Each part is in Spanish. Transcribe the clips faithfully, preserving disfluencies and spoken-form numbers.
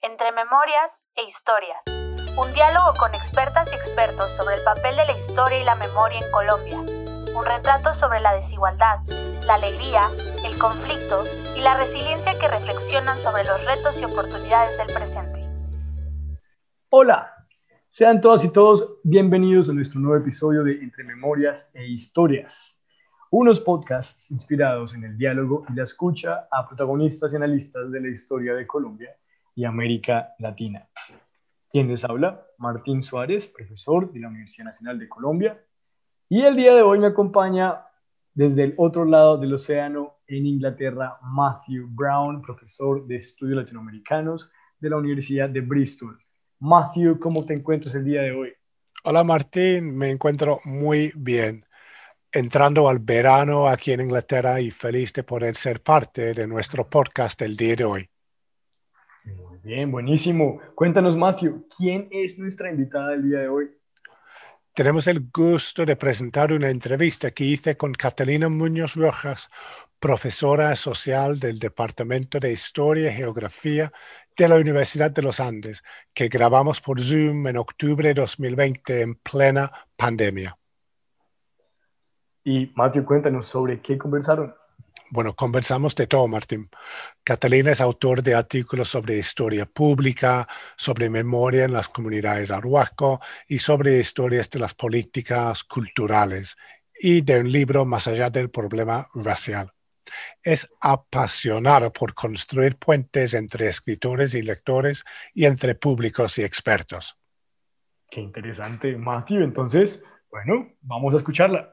Entre memorias e historias. Un diálogo con expertas y expertos sobre el papel de la historia y la memoria en Colombia. Un retrato sobre la desigualdad, la alegría, el conflicto y la resiliencia que reflexionan sobre los retos y oportunidades del presente. Hola, sean todas y todos bienvenidos a nuestro nuevo episodio de Entre Memorias e Historias. Unos podcasts inspirados en el diálogo y la escucha a protagonistas y analistas de la historia de Colombia y América Latina. Quien les habla, Martín Suárez, profesor de la Universidad Nacional de Colombia. Y el día de hoy me acompaña desde el otro lado del océano, en Inglaterra, Matthew Brown, profesor de Estudios Latinoamericanos de la Universidad de Bristol. Matthew, ¿cómo te encuentras el día de hoy? Hola Martín, me encuentro muy bien. Entrando al verano aquí en Inglaterra y feliz de poder ser parte de nuestro podcast el día de hoy. Muy bien, buenísimo. Cuéntanos, Matthew, ¿quién es nuestra invitada del día de hoy? Tenemos el gusto de presentar una entrevista que hice con Catalina Muñoz Rojas, profesora asociada del Departamento de Historia y Geografía de la Universidad de los Andes, que grabamos por Zoom en octubre de dos mil veinte en plena pandemia. Y Matthew, cuéntanos sobre qué conversaron. Bueno, conversamos de todo, Martín. Catalina es autor de artículos sobre historia pública, sobre memoria en las comunidades arhuaco y sobre historias de las políticas culturales y de un libro Más allá del problema racial. Es apasionada por construir puentes entre escritores y lectores y entre públicos y expertos. Qué interesante, Matthew. Entonces, bueno, vamos a escucharla.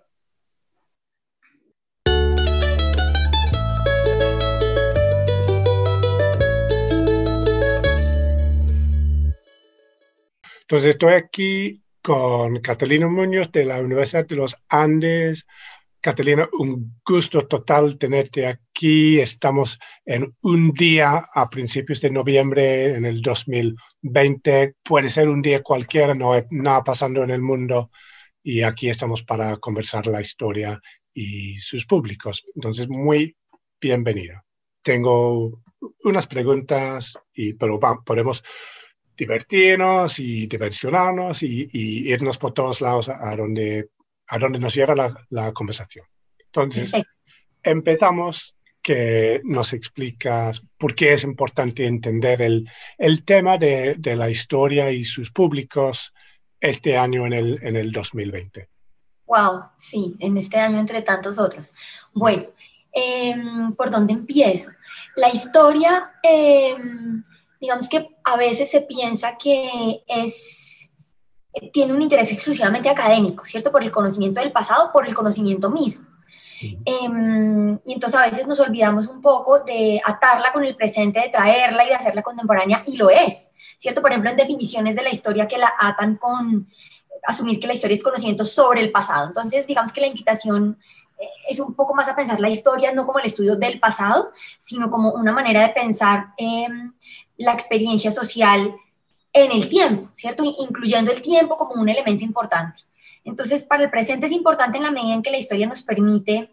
Entonces estoy aquí con Catalina Muñoz de la Universidad de los Andes. Catalina, un gusto total tenerte aquí. Estamos en un día a principios de noviembre en el dos mil veinte. Puede ser un día cualquiera, no hay nada pasando en el mundo. Y aquí estamos para conversar la historia y sus públicos. Entonces, muy bienvenida. Tengo unas preguntas, y, pero va, podemos divertirnos y diversionarnos y, y irnos por todos lados a, a, donde, a donde nos lleva la, la conversación. Entonces, Perfecto. Empezamos que nos explicas por qué es importante entender el, el tema de, de la historia y sus públicos este año en el, en el dos mil veinte. Wow, sí, en este año entre tantos otros. Sí. Bueno, eh, ¿por dónde empiezo? La historia... Eh, Digamos que a veces se piensa que es, tiene un interés exclusivamente académico, ¿cierto? Por el conocimiento del pasado, por el conocimiento mismo. Uh-huh. Eh, y entonces a veces nos olvidamos un poco de atarla con el presente, de traerla y de hacerla contemporánea, y lo es, ¿cierto? Por ejemplo, en definiciones de la historia que la atan con asumir que la historia es conocimiento sobre el pasado. Entonces, digamos que la invitación es un poco más a pensar la historia no como el estudio del pasado, sino como una manera de pensar eh, la experiencia social en el tiempo, ¿cierto? Incluyendo el tiempo como un elemento importante. Entonces, para el presente es importante en la medida en que la historia nos permite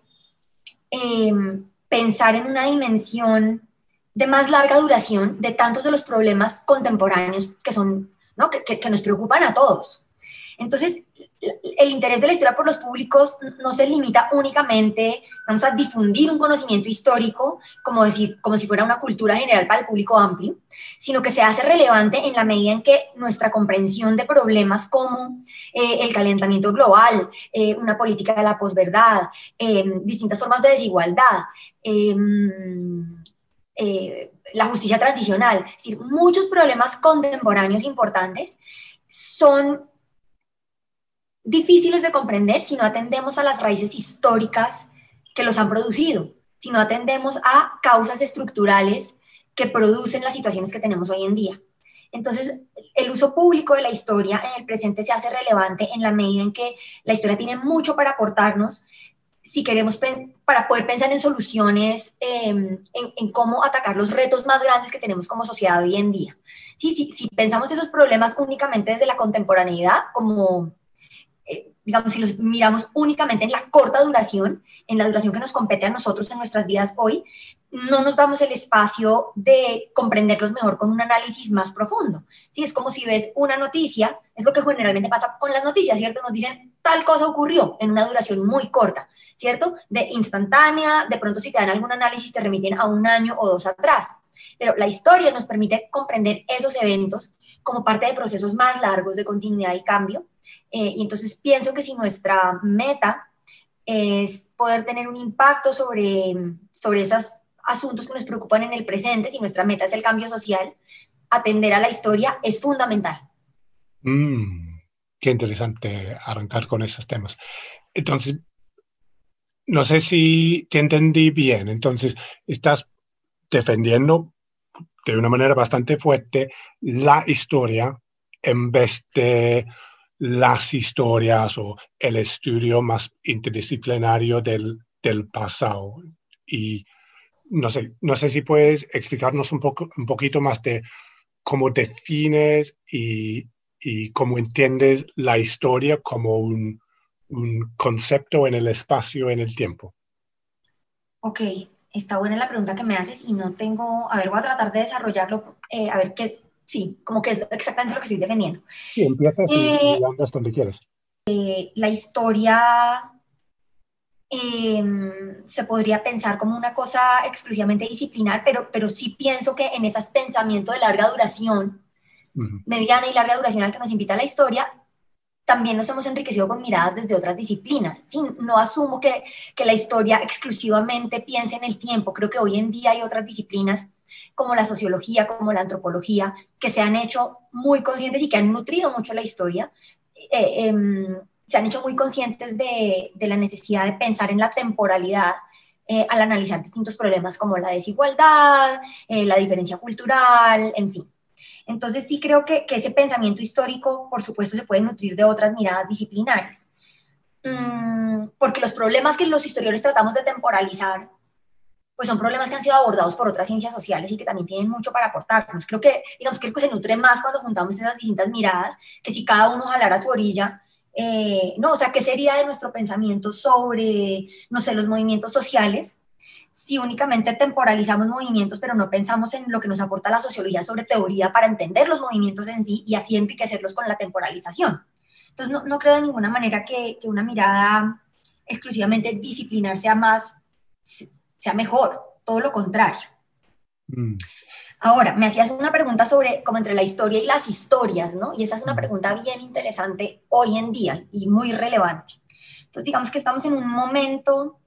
eh, pensar en una dimensión de más larga duración de tantos de los problemas contemporáneos que son, ¿no? que, que, que nos preocupan a todos. Entonces, el interés de la historia por los públicos no se limita únicamente, vamos a difundir un conocimiento histórico, como, decir, como si fuera una cultura general para el público amplio, sino que se hace relevante en la medida en que nuestra comprensión de problemas como eh, el calentamiento global, eh, una política de la posverdad, eh, distintas formas de desigualdad, eh, eh, la justicia transicional, es decir, muchos problemas contemporáneos importantes son difíciles de comprender si no atendemos a las raíces históricas que los han producido, si no atendemos a causas estructurales que producen las situaciones que tenemos hoy en día. Entonces, el uso público de la historia en el presente se hace relevante en la medida en que la historia tiene mucho para aportarnos, si queremos, para poder pensar en soluciones, eh, en, en cómo atacar los retos más grandes que tenemos como sociedad hoy en día. Sí, sí, si pensamos esos problemas únicamente desde la contemporaneidad, como digamos, si los miramos únicamente en la corta duración, en la duración que nos compete a nosotros en nuestras vidas hoy, no nos damos el espacio de comprenderlos mejor con un análisis más profundo. ¿Sí? Es como si ves una noticia, es lo que generalmente pasa con las noticias, ¿cierto? Nos dicen, tal cosa ocurrió en una duración muy corta, ¿cierto? De instantánea, de pronto si te dan algún análisis te remiten a un año o dos atrás. Pero la historia nos permite comprender esos eventos como parte de procesos más largos de continuidad y cambio. Eh, y entonces pienso que si nuestra meta es poder tener un impacto sobre, sobre esos asuntos que nos preocupan en el presente, si nuestra meta es el cambio social, atender a la historia es fundamental. Mm, qué interesante arrancar con esos temas. Entonces, no sé si te entendí bien. Entonces, estás defendiendo de una manera bastante fuerte la historia en vez de las historias o el estudio más interdisciplinario del, del pasado. Y no sé, no sé si puedes explicarnos un, poco, un poquito más de cómo defines y, y cómo entiendes la historia como un, un concepto en el espacio, en el tiempo. Ok, está buena la pregunta que me haces y no tengo, a ver, voy a tratar de desarrollarlo, eh, a ver qué es, sí, como que es exactamente lo que estoy defendiendo. Sí, empiezas y, Eh, y andas donde quieras. la historia eh, se podría pensar como una cosa exclusivamente disciplinar, pero, pero sí pienso que en ese pensamiento de larga duración, Uh-huh. mediana y larga duración al que nos invita la historia, también nos hemos enriquecido con miradas desde otras disciplinas. ¿Sí? No asumo que, que la historia exclusivamente piense en el tiempo. Creo que hoy en día hay otras disciplinas como la sociología, como la antropología, que se han hecho muy conscientes y que han nutrido mucho la historia. Eh, eh, se han hecho muy conscientes de, de la necesidad de pensar en la temporalidad eh, al analizar distintos problemas como la desigualdad, eh, la diferencia cultural, en fin. Entonces sí creo que, que ese pensamiento histórico, por supuesto, se puede nutrir de otras miradas disciplinares. Mm, porque los problemas que los historiadores tratamos de temporalizar, pues son problemas que han sido abordados por otras ciencias sociales y que también tienen mucho para aportarnos. Creo que, digamos, creo que se nutre más cuando juntamos esas distintas miradas, que si cada uno jalara su orilla. Eh, no, o sea, ¿qué sería de nuestro pensamiento sobre, no sé, los movimientos sociales? Si únicamente temporalizamos movimientos, pero no pensamos en lo que nos aporta la sociología sobre teoría para entender los movimientos en sí y así enriquecerlos con la temporalización. Entonces, no, no creo de ninguna manera que, que una mirada exclusivamente disciplinar sea más, sea mejor, todo lo contrario. Mm. Ahora, me hacías una pregunta sobre como entre la historia y las historias, ¿no? Y esa es una pregunta bien interesante hoy en día y muy relevante. Entonces, digamos que estamos en un momento...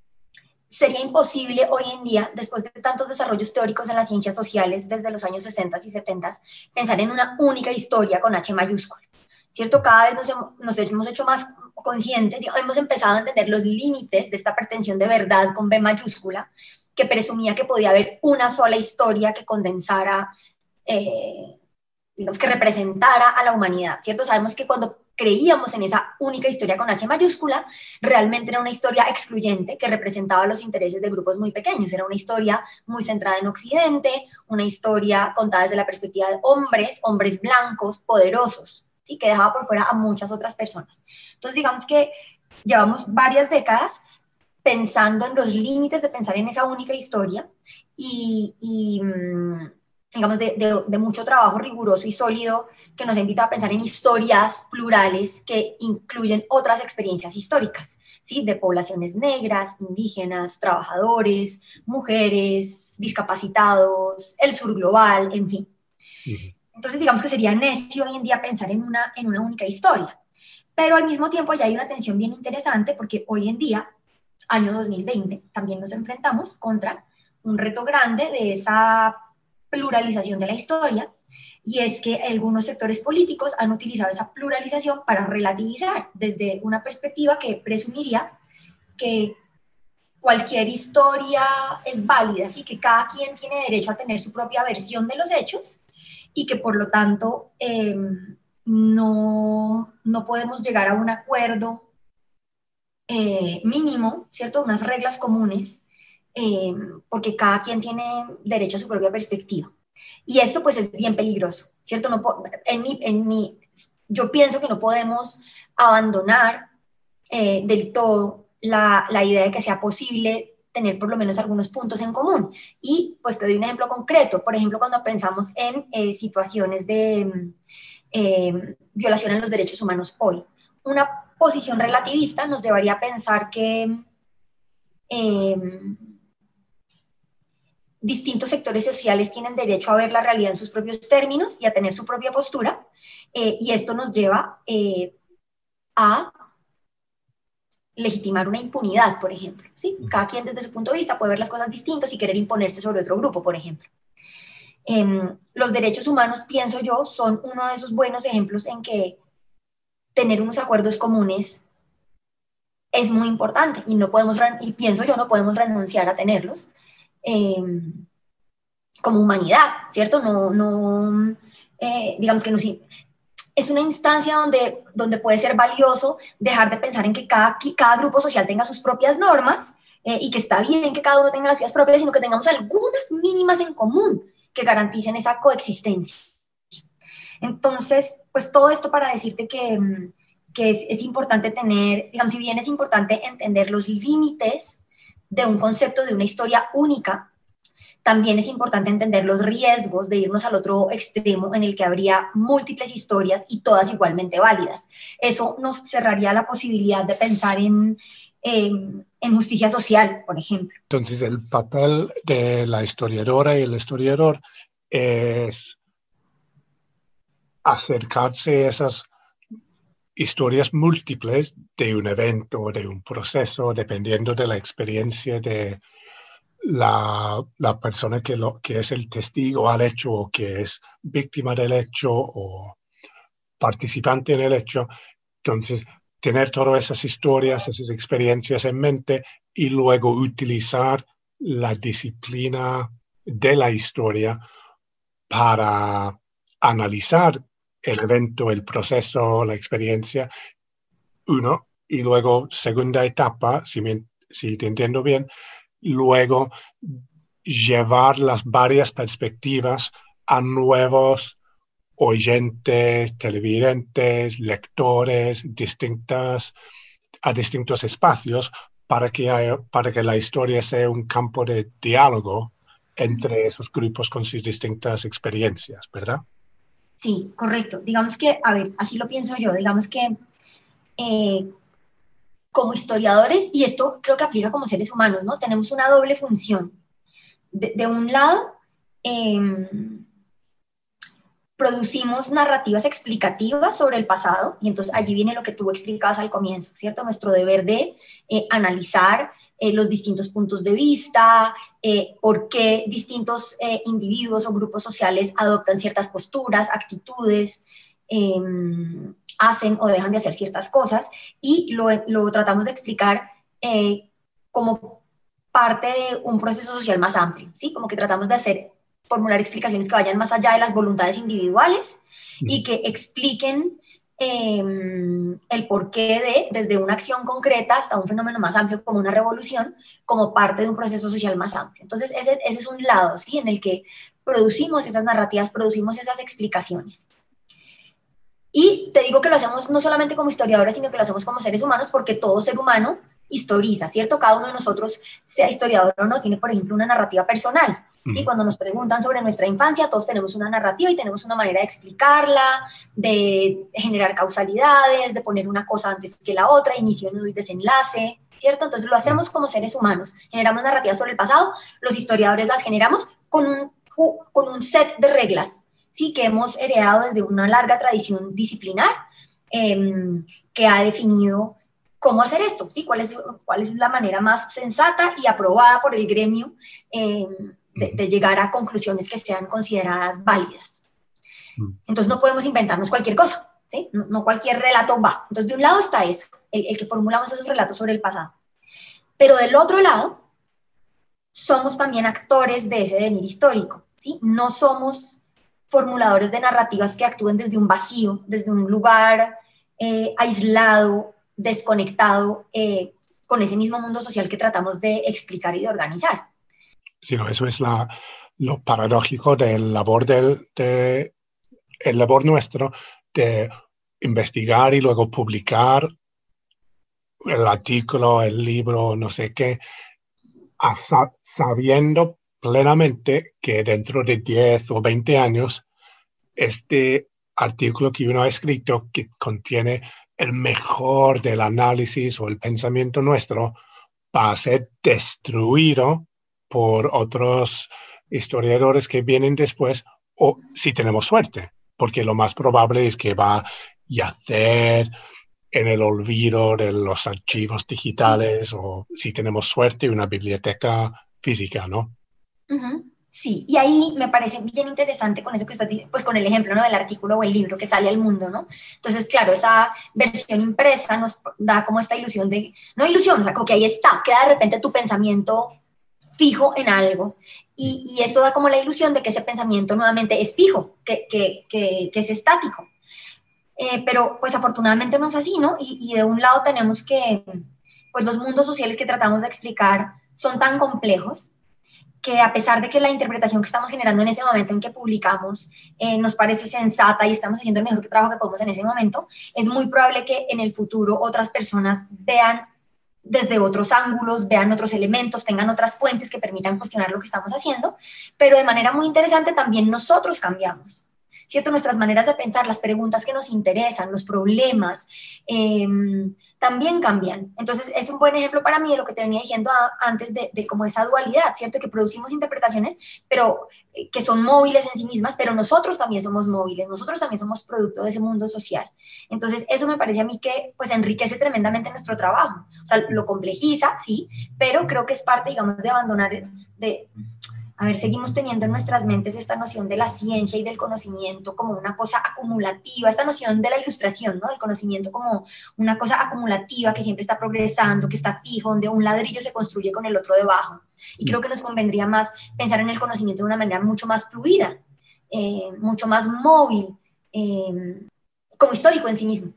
Sería imposible hoy en día, después de tantos desarrollos teóricos en las ciencias sociales desde los años sesenta y setenta, pensar en una única historia con H mayúscula, ¿cierto? Cada vez nos hemos, nos hemos hecho más conscientes, hemos empezado a entender los límites de esta pretensión de verdad con B mayúscula, que presumía que podía haber una sola historia que condensara, eh, digamos, que representara a la humanidad, ¿cierto? Sabemos que cuando creíamos en esa única historia con H mayúscula, realmente era una historia excluyente que representaba los intereses de grupos muy pequeños. Era una historia muy centrada en Occidente, una historia contada desde la perspectiva de hombres, hombres blancos, poderosos, ¿sí? Que dejaba por fuera a muchas otras personas. Entonces, digamos que llevamos varias décadas pensando en los límites de pensar en esa única historia y... y digamos, de, de, de mucho trabajo riguroso y sólido que nos invita a pensar en historias plurales que incluyen otras experiencias históricas, ¿sí? De poblaciones negras, indígenas, trabajadores, mujeres, discapacitados, el sur global, en fin. Uh-huh. Entonces, digamos que sería necio hoy en día pensar en una, en una única historia. Pero al mismo tiempo ya hay una tensión bien interesante porque hoy en día, año dos mil veinte, también nos enfrentamos contra un reto grande de esa pluralización de la historia, y es que algunos sectores políticos han utilizado esa pluralización para relativizar desde una perspectiva que presumiría que cualquier historia es válida, así que cada quien tiene derecho a tener su propia versión de los hechos y que por lo tanto eh, no, no podemos llegar a un acuerdo eh, mínimo, ¿cierto? Unas reglas comunes, Eh, porque cada quien tiene derecho a su propia perspectiva. Y esto pues es bien peligroso, ¿cierto? No, en mi, en mi, yo pienso que no podemos abandonar eh, del todo la, la idea de que sea posible tener por lo menos algunos puntos en común. Y pues te doy un ejemplo concreto. Por ejemplo, cuando pensamos en eh, situaciones de eh, violación a los derechos humanos hoy, una posición relativista nos llevaría a pensar que eh, distintos sectores sociales tienen derecho a ver la realidad en sus propios términos y a tener su propia postura, eh, y esto nos lleva eh, a legitimar una impunidad, por ejemplo, ¿sí? Cada quien desde su punto de vista puede ver las cosas distintas y querer imponerse sobre otro grupo, por ejemplo. Eh, los derechos humanos, pienso yo, son uno de esos buenos ejemplos en que tener unos acuerdos comunes es muy importante y no podemos, y pienso yo, no podemos renunciar a tenerlos eh, como humanidad, ¿cierto? No, no eh, digamos que no, es una instancia donde, donde puede ser valioso dejar de pensar en que cada, cada grupo social tenga sus propias normas eh, y que está bien que cada uno tenga las suyas propias, sino que tengamos algunas mínimas en común que garanticen esa coexistencia. Entonces, pues todo esto para decirte que, que es, es importante tener, digamos, si bien es importante entender los límites de un concepto, de una historia única, también es importante entender los riesgos de irnos al otro extremo en el que habría múltiples historias y todas igualmente válidas. Eso nos cerraría la posibilidad de pensar en, en, en justicia social, por ejemplo. Entonces, el papel de la historiadora y el historiador es acercarse a esas historias múltiples de un evento, de un proceso, dependiendo de la experiencia de La, la persona que, lo, que es el testigo al hecho o que es víctima del hecho o participante en el hecho. Entonces, tener todas esas historias, esas experiencias en mente y luego utilizar la disciplina de la historia para analizar el evento, el proceso, la experiencia, uno, y luego segunda etapa, si, me, si te entiendo bien, luego llevar las varias perspectivas a nuevos oyentes, televidentes, lectores, distintas, a distintos espacios para que, haya, para que la historia sea un campo de diálogo entre esos grupos con sus distintas experiencias, ¿verdad? Sí, correcto. Digamos que, a ver, así lo pienso yo, digamos que eh, como historiadores, y esto creo que aplica como seres humanos, ¿no? Tenemos una doble función. De, de un lado, eh, producimos narrativas explicativas sobre el pasado, y entonces allí viene lo que tú explicabas al comienzo, ¿cierto? Nuestro deber de eh, analizar eh, los distintos puntos de vista, eh, por qué distintos eh, individuos o grupos sociales adoptan ciertas posturas, actitudes, eh, hacen o dejan de hacer ciertas cosas, y lo, lo tratamos de explicar eh, como parte de un proceso social más amplio, ¿sí? Como que tratamos de hacer formular explicaciones que vayan más allá de las voluntades individuales y que expliquen eh, el porqué de, desde una acción concreta hasta un fenómeno más amplio como una revolución, como parte de un proceso social más amplio. Entonces, ese, ese es un lado, ¿sí? En el que producimos esas narrativas, producimos esas explicaciones. Y te digo que lo hacemos no solamente como historiadores, sino que lo hacemos como seres humanos, porque todo ser humano historiza, ¿cierto? Cada uno de nosotros, sea historiador o no, tiene, por ejemplo, una narrativa personal. ¿Sí? Cuando nos preguntan sobre nuestra infancia, todos tenemos una narrativa y tenemos una manera de explicarla, de generar causalidades, de poner una cosa antes que la otra, inicio, nudo y desenlace, ¿cierto? Entonces lo hacemos como seres humanos, generamos narrativas sobre el pasado, los historiadores las generamos con un, con un set de reglas, ¿sí? Que hemos heredado desde una larga tradición disciplinar eh, que ha definido cómo hacer esto, ¿sí? ¿Cuál es, cuál es la manera más sensata y aprobada por el gremio eh, De, de llegar a conclusiones que sean consideradas válidas. Entonces no podemos inventarnos cualquier cosa, ¿sí? No, no cualquier relato va. Entonces de un lado está eso, el, el que formulamos esos relatos sobre el pasado. Pero del otro lado, somos también actores de ese devenir histórico, ¿sí? No somos formuladores de narrativas que actúen desde un vacío, desde un lugar eh, aislado, desconectado, eh, con ese mismo mundo social que tratamos de explicar y de organizar. Sí, no, eso es la, lo paradójico del labor del de, el labor nuestro de investigar y luego publicar el artículo, el libro, no sé qué, a sa- sabiendo plenamente que dentro de diez o veinte años, este artículo que uno ha escrito, que contiene el mejor del análisis o el pensamiento nuestro, va a ser destruido por otros historiadores que vienen después, o si tenemos suerte, porque lo más probable es que va a yacer en el olvido de los archivos digitales, o si tenemos suerte, una biblioteca física, ¿no? Ujú. Sí, y ahí me parece bien interesante con eso que estás diciendo, pues con el ejemplo, ¿no? Del artículo o el libro que sale al mundo, ¿no? Entonces, claro, esa versión impresa nos da como esta ilusión de, no ilusión, o sea, como que ahí está, queda de repente tu pensamiento fijo en algo, y, y esto da como la ilusión de que ese pensamiento nuevamente es fijo, que, que, que, que es estático. Eh, pero pues afortunadamente no es así, ¿no? Y, y de un lado tenemos que, pues los mundos sociales que tratamos de explicar son tan complejos que a pesar de que la interpretación que estamos generando en ese momento en que publicamos eh, nos parece sensata y estamos haciendo el mejor trabajo que podemos en ese momento, es muy probable que en el futuro otras personas vean desde otros ángulos, vean otros elementos, tengan otras fuentes que permitan cuestionar lo que estamos haciendo, pero de manera muy interesante también nosotros cambiamos. ¿Cierto? Nuestras maneras de pensar, las preguntas que nos interesan, los problemas, eh, también cambian. Entonces, es un buen ejemplo para mí de lo que te venía diciendo a, antes de, de como esa dualidad, ¿cierto? Que producimos interpretaciones, pero eh, que son móviles en sí mismas, pero nosotros también somos móviles, nosotros también somos producto de ese mundo social. Entonces, eso me parece a mí que, pues, enriquece tremendamente nuestro trabajo. O sea, lo complejiza, sí, pero creo que es parte, digamos, de abandonar, de... A ver, seguimos teniendo en nuestras mentes esta noción de la ciencia y del conocimiento como una cosa acumulativa, esta noción de la ilustración, ¿no? El conocimiento como una cosa acumulativa que siempre está progresando, que está fijo, donde un ladrillo se construye con el otro debajo. Y creo que nos convendría más pensar en el conocimiento de una manera mucho más fluida, eh, mucho más móvil, eh, como histórico en sí mismo.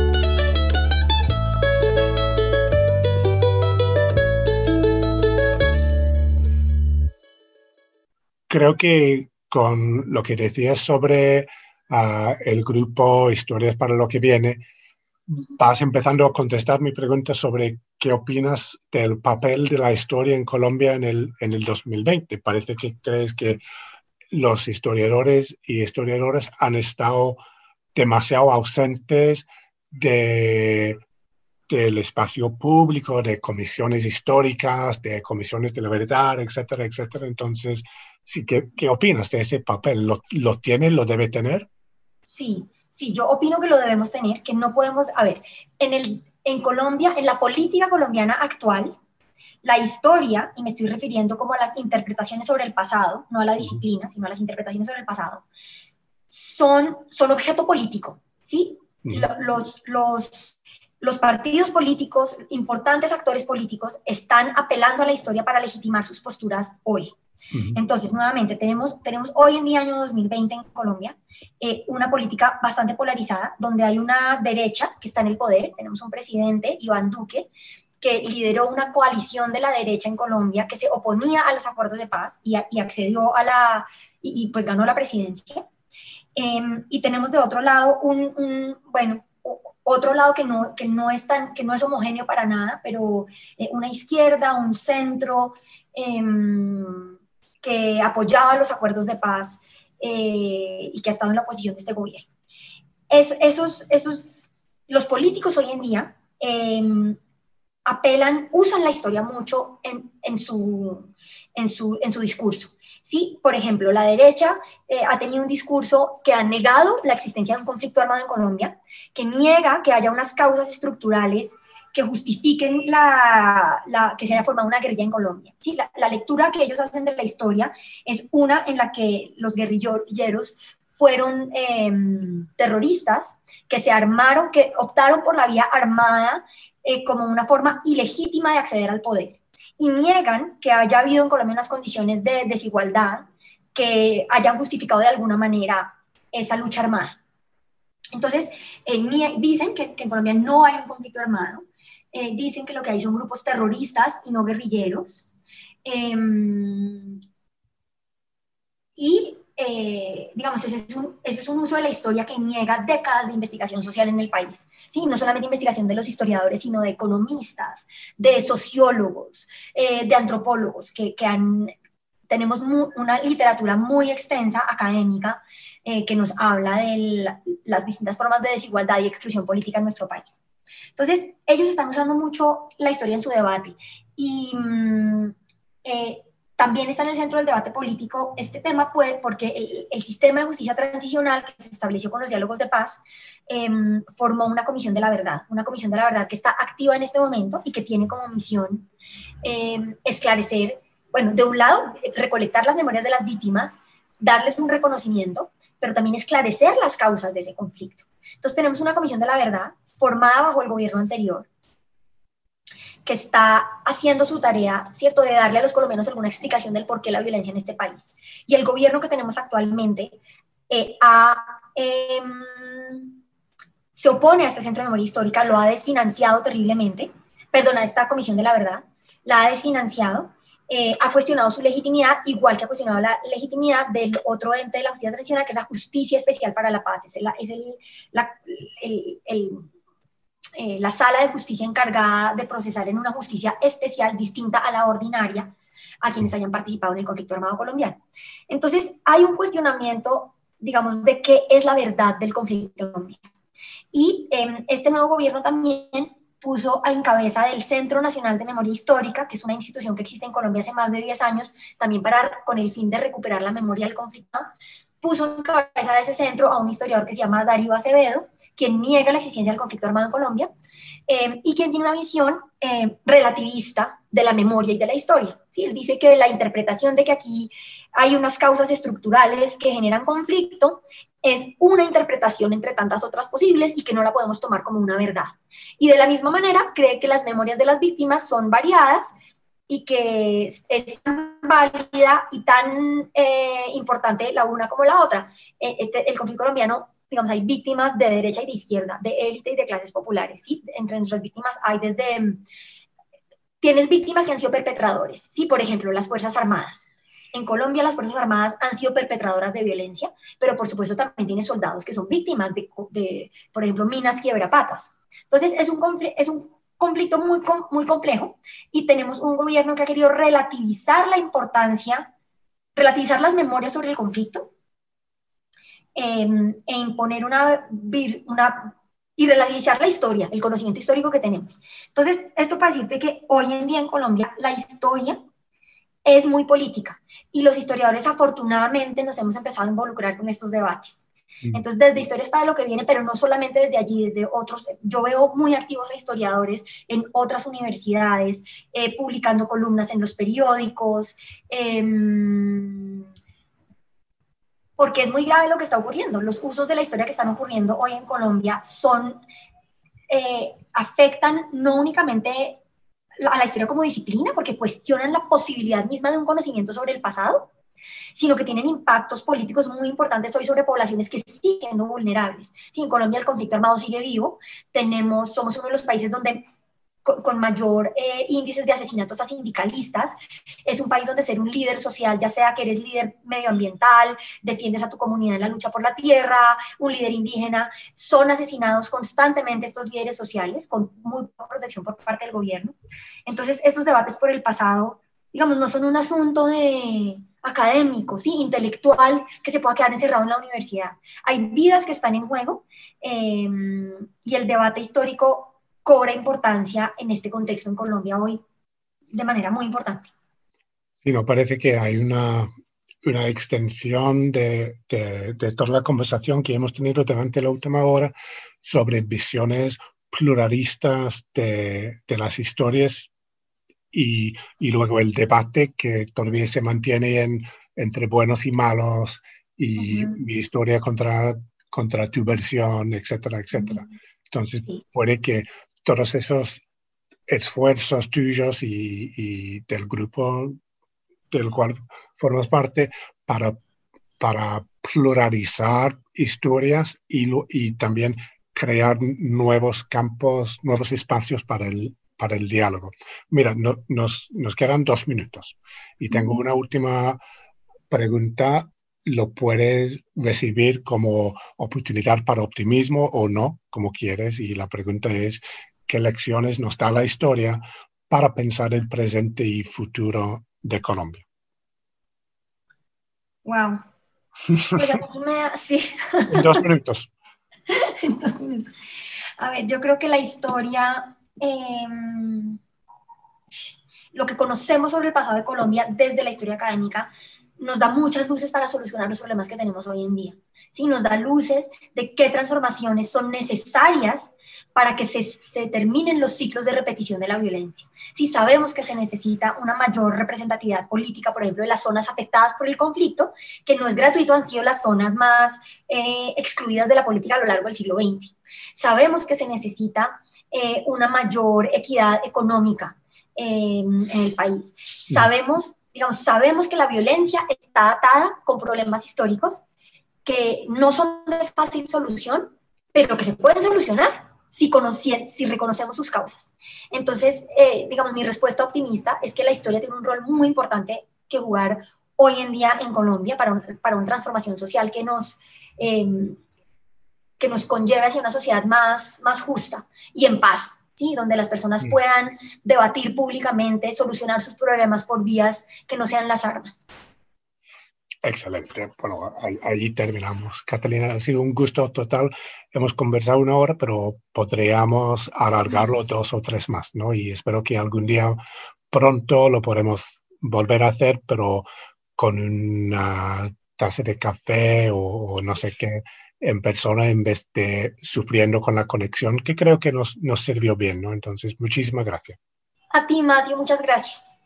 Creo que con lo que decías sobre uh, el grupo Historias para lo que viene, vas empezando a contestar mi pregunta sobre qué opinas del papel de la historia en Colombia en el, en el dos mil veinte. Parece que crees que los historiadores y historiadoras han estado demasiado ausentes de, del espacio público, de comisiones históricas, de comisiones de la verdad, etcétera, etcétera. Entonces, sí, ¿qué, qué opinas de ese papel? ¿Lo, lo tiene, lo debe tener? Sí, sí, yo opino que lo debemos tener, que no podemos, a ver, en, el, en Colombia, en la política colombiana actual, la historia, y me estoy refiriendo como a las interpretaciones sobre el pasado, no a la disciplina, sino a las interpretaciones sobre el pasado, son, son objeto político, ¿sí? Uh-huh. Los, los, los partidos políticos, importantes actores políticos, están apelando a la historia para legitimar sus posturas hoy. Uh-huh. Entonces, nuevamente, tenemos, tenemos hoy en día, año dos mil veinte en Colombia, eh, una política bastante polarizada, donde hay una derecha que está en el poder, tenemos un presidente, Iván Duque, que lideró una coalición de la derecha en Colombia que se oponía a los acuerdos de paz y, y accedió a la, y, y pues ganó la presidencia. Eh, y tenemos de otro lado un, un bueno, otro lado que no, que, no es tan, que no es homogéneo para nada, pero eh, una izquierda, un centro, eh, que apoyaba los acuerdos de paz eh, y que ha estado en la oposición de este gobierno. Es, esos, esos, los políticos hoy en día eh, apelan, usan la historia mucho en, en, su, en, su, en su discurso. ¿Sí? Por ejemplo, la derecha eh, ha tenido un discurso que ha negado la existencia de un conflicto armado en Colombia, que niega que haya unas causas estructurales que justifiquen la, la, que se haya formado una guerrilla en Colombia. ¿Sí? La, la lectura que ellos hacen de la historia es una en la que los guerrilleros fueron eh, terroristas que se armaron, que optaron por la vía armada eh, como una forma ilegítima de acceder al poder. Y niegan que haya habido en Colombia unas condiciones de desigualdad que hayan justificado de alguna manera esa lucha armada. Entonces, eh, dicen que, que en Colombia no hay un conflicto armado, eh, dicen que lo que hay son grupos terroristas y no guerrilleros, eh, y eh, digamos, ese es, un, ese es un uso de la historia que niega décadas de investigación social en el país. ¿Sí? No solamente investigación de los historiadores, sino de economistas, de sociólogos, eh, de antropólogos, que, que han, tenemos muy, una literatura muy extensa, académica, eh, que nos habla de la, las distintas formas de desigualdad y exclusión política en nuestro país. Entonces, ellos están usando mucho la historia en su debate y mm, eh, también está en el centro del debate político este tema, pues, porque el, el sistema de justicia transicional que se estableció con los diálogos de paz eh, formó una comisión de la verdad, una comisión de la verdad que está activa en este momento y que tiene como misión eh, esclarecer, bueno, de un lado, recolectar las memorias de las víctimas, darles un reconocimiento, pero también esclarecer las causas de ese conflicto. Entonces tenemos una comisión de la verdad formada bajo el gobierno anterior, que está haciendo su tarea, ¿cierto?, de darle a los colombianos alguna explicación del por qué la violencia en este país. Y el gobierno que tenemos actualmente eh, ha, eh, se opone a este Centro de Memoria Histórica, lo ha desfinanciado terriblemente, perdón, a esta Comisión de la Verdad, la ha desfinanciado, eh, ha cuestionado su legitimidad, igual que ha cuestionado la legitimidad del otro ente de la justicia transicional, que es la Justicia Especial para la Paz, es el, es el, la, el, el Eh, la sala de justicia encargada de procesar en una justicia especial distinta a la ordinaria a quienes hayan participado en el conflicto armado colombiano. Entonces, hay un cuestionamiento, digamos, de qué es la verdad del conflicto colombiano. Y eh, este nuevo gobierno también puso en cabeza del Centro Nacional de Memoria Histórica, que es una institución que existe en Colombia hace más de diez años, también para, con el fin de recuperar la memoria del conflicto, puso en cabeza de ese centro a un historiador que se llama Darío Acevedo, quien niega la existencia del conflicto armado en Colombia, eh, y quien tiene una visión eh, relativista de la memoria y de la historia. ¿Sí? Él dice que la interpretación de que aquí hay unas causas estructurales que generan conflicto es una interpretación entre tantas otras posibles y que no la podemos tomar como una verdad. Y de la misma manera cree que las memorias de las víctimas son variadas y que es tan válida y tan eh, importante la una como la otra. Este, el conflicto colombiano, digamos, hay víctimas de derecha y de izquierda, de élite y de clases populares, ¿sí? Entre nuestras víctimas hay desde... Tienes víctimas que han sido perpetradores, ¿sí? Por ejemplo, las Fuerzas Armadas. En Colombia las Fuerzas Armadas han sido perpetradoras de violencia, pero por supuesto también tienes soldados que son víctimas de, de por ejemplo, minas quiebrapatas. Entonces es un, es un conflicto muy, muy complejo y tenemos un gobierno que ha querido relativizar la importancia, relativizar las memorias sobre el conflicto eh, e imponer una, una y relativizar la historia, el conocimiento histórico que tenemos. Entonces, esto para decirte que hoy en día en Colombia la historia es muy política y los historiadores afortunadamente nos hemos empezado a involucrar con estos debates. Entonces, desde Historias para lo que viene, pero no solamente desde allí, desde otros, yo veo muy activos a historiadores en otras universidades, eh, publicando columnas en los periódicos, eh, porque es muy grave lo que está ocurriendo. Los usos de la historia que están ocurriendo hoy en Colombia son, eh, afectan no únicamente a la historia como disciplina, porque cuestionan la posibilidad misma de un conocimiento sobre el pasado, sino que tienen impactos políticos muy importantes hoy sobre poblaciones que siguen siendo vulnerables. Si en Colombia el conflicto armado sigue vivo, tenemos, somos uno de los países donde con, con mayor eh, índices de asesinatos a sindicalistas, es un país donde ser un líder social, ya sea que eres líder medioambiental, defiendes a tu comunidad en la lucha por la tierra, un líder indígena, son asesinados constantemente estos líderes sociales, con muy poca protección por parte del gobierno. Entonces, estos debates por el pasado, digamos, no son un asunto de académico, ¿sí? Intelectual, que se pueda quedar encerrado en la universidad. Hay vidas que están en juego eh, y el debate histórico cobra importancia en este contexto en Colombia hoy de manera muy importante. Sí, no parece que hay una, una extensión de, de, de toda la conversación que hemos tenido durante la última hora sobre visiones pluralistas de, de las historias. Y, y luego el debate que todavía se mantiene en, entre buenos y malos y uh-huh. mi historia contra, contra tu versión, etcétera, etcétera. Uh-huh. Entonces sí. Puede que todos esos esfuerzos tuyos y, y del grupo del cual formas parte para, para pluralizar historias y, lo, y también crear nuevos campos, nuevos espacios para el para el diálogo. Mira, no, nos, nos quedan dos minutos y tengo una última pregunta lo puedes recibir como oportunidad para optimismo o no, como quieres. Y la pregunta es, ¿qué lecciones nos da la historia para pensar el presente y futuro de Colombia? Wow. Pues a mí sí me- sí. En dos minutos. En dos minutos. A ver, yo creo que la historia, eh, lo que conocemos sobre el pasado de Colombia desde la historia académica, nos da muchas luces para solucionar los problemas que tenemos hoy en día. Sí, nos da luces de qué transformaciones son necesarias para que se, se terminen los ciclos de repetición de la violencia. Sí, sabemos que se necesita una mayor representatividad política, por ejemplo, de las zonas afectadas por el conflicto, que no es gratuito, han sido las zonas más eh, excluidas de la política a lo largo del siglo veinte. Sabemos que se necesita eh, una mayor equidad económica eh, en el país. Sabemos Digamos, sabemos que la violencia está atada con problemas históricos que no son de fácil solución, pero que se pueden solucionar si, si reconocemos sus causas. Entonces, eh, digamos, mi respuesta optimista es que la historia tiene un rol muy importante que jugar hoy en día en Colombia para, un, para una transformación social que nos, eh, que nos conlleve hacia una sociedad más, más justa y en paz. ¿Sí? Donde las personas Sí. puedan debatir públicamente, solucionar sus problemas por vías que no sean las armas. Excelente. Bueno, ahí, ahí terminamos. Catalina, ha sido un gusto total. Hemos conversado una hora, pero podríamos alargarlo dos o tres más, ¿no? Y espero que algún día pronto lo podremos volver a hacer, pero con una taza de café o, o no sé qué, en persona en vez de sufriendo con la conexión, que creo que nos, nos sirvió bien, ¿no? Entonces, muchísimas gracias. A ti, Matthew, muchas gracias.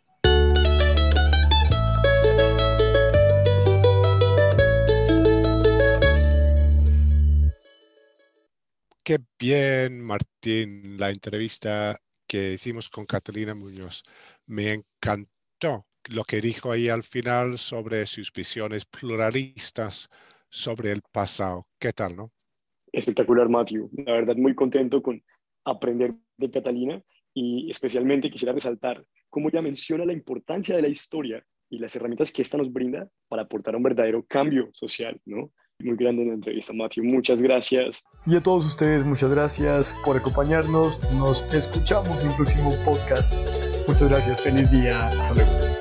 Qué bien, Martín, la entrevista que hicimos con Catalina Muñoz. Me encantó lo que dijo ahí al final sobre sus visiones pluralistas sobre el pasado. ¿Qué tal, no? Espectacular, Matthew. La verdad, muy contento con aprender de Catalina y especialmente quisiera resaltar cómo ella menciona la importancia de la historia y las herramientas que ésta nos brinda para aportar un verdadero cambio social, ¿no? Muy grande en la entrevista, Matthew. Muchas gracias. Y a todos ustedes, muchas gracias por acompañarnos. Nos escuchamos en el próximo podcast. Muchas gracias. Feliz día. Hasta luego.